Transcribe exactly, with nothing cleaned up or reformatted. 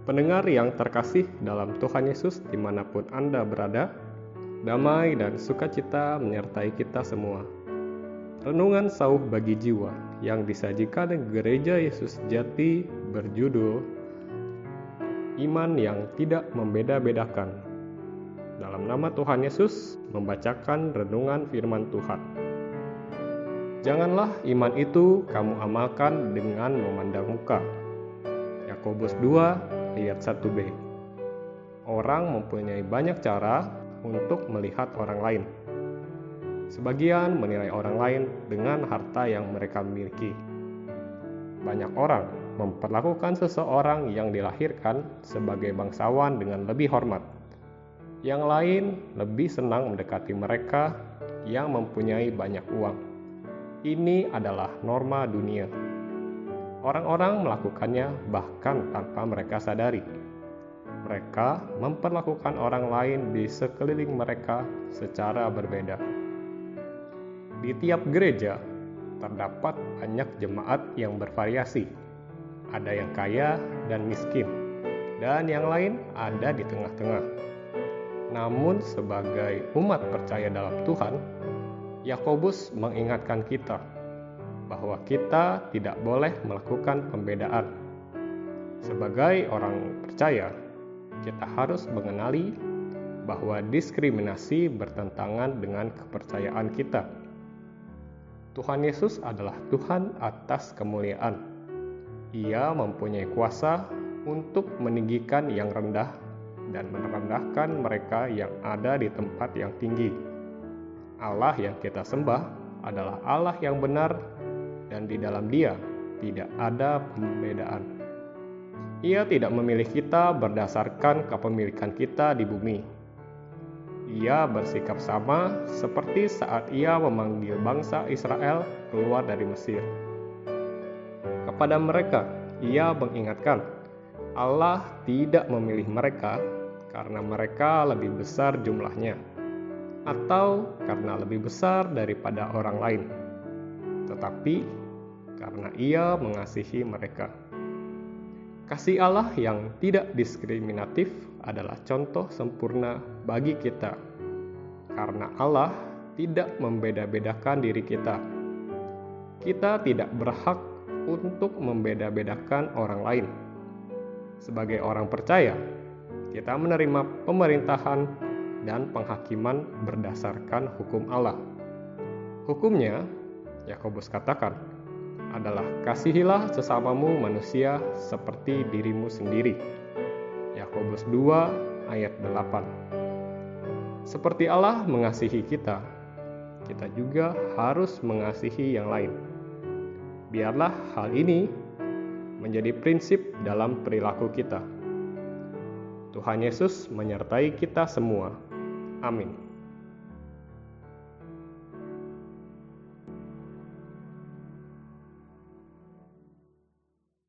Pendengar yang terkasih dalam Tuhan Yesus dimanapun Anda berada, damai dan sukacita menyertai kita semua. Renungan sauh bagi jiwa yang disajikan Gereja Yesus Jati berjudul Iman yang Tidak Membeda-Bedakan. Dalam nama Tuhan Yesus membacakan renungan firman Tuhan. Janganlah iman itu kamu amalkan dengan memandang muka. Yakobus dua ayat satu b. Orang mempunyai banyak cara untuk melihat orang lain. Sebagian menilai orang lain dengan harta yang mereka miliki. Banyak orang memperlakukan seseorang yang dilahirkan sebagai bangsawan dengan lebih hormat. Yang lain lebih senang mendekati mereka yang mempunyai banyak uang. Ini adalah norma dunia. Orang-orang melakukannya bahkan tanpa mereka sadari. Mereka memperlakukan orang lain di sekeliling mereka secara berbeda. Di tiap gereja terdapat banyak jemaat yang bervariasi. Ada yang kaya dan miskin, dan yang lain ada di tengah-tengah. Namun sebagai umat percaya dalam Tuhan, Yakobus mengingatkan kita bahwa kita tidak boleh melakukan pembedaan. Sebagai orang percaya, kita harus mengenali bahwa diskriminasi bertentangan dengan kepercayaan kita. Tuhan Yesus adalah Tuhan atas kemuliaan. Ia mempunyai kuasa untuk meninggikan yang rendah dan merendahkan mereka yang ada di tempat yang tinggi. Allah yang kita sembah adalah Allah yang benar, dan di dalam Dia tidak ada pembedaan. Ia tidak memilih kita berdasarkan kepemilikan kita di bumi. Ia bersikap sama seperti saat Ia memanggil bangsa Israel keluar dari Mesir. Kepada mereka, Ia mengingatkan, Allah tidak memilih mereka karena mereka lebih besar jumlahnya, atau karena lebih besar daripada orang lain, tetapi karena Ia mengasihi mereka. Kasih Allah yang tidak diskriminatif adalah contoh sempurna bagi kita, karena Allah tidak membeda-bedakan diri kita. Kita tidak berhak untuk membeda-bedakan orang lain. Sebagai orang percaya, kita menerima pemerintahan dan penghakiman berdasarkan hukum Allah. Hukumnya, Yakobus katakan, adalah kasihilah sesamamu manusia seperti dirimu sendiri. Yakobus dua ayat delapan. Seperti Allah mengasihi kita, kita juga harus mengasihi yang lain. Biarlah hal ini menjadi prinsip dalam perilaku kita. Tuhan Yesus menyertai kita semua. Amin.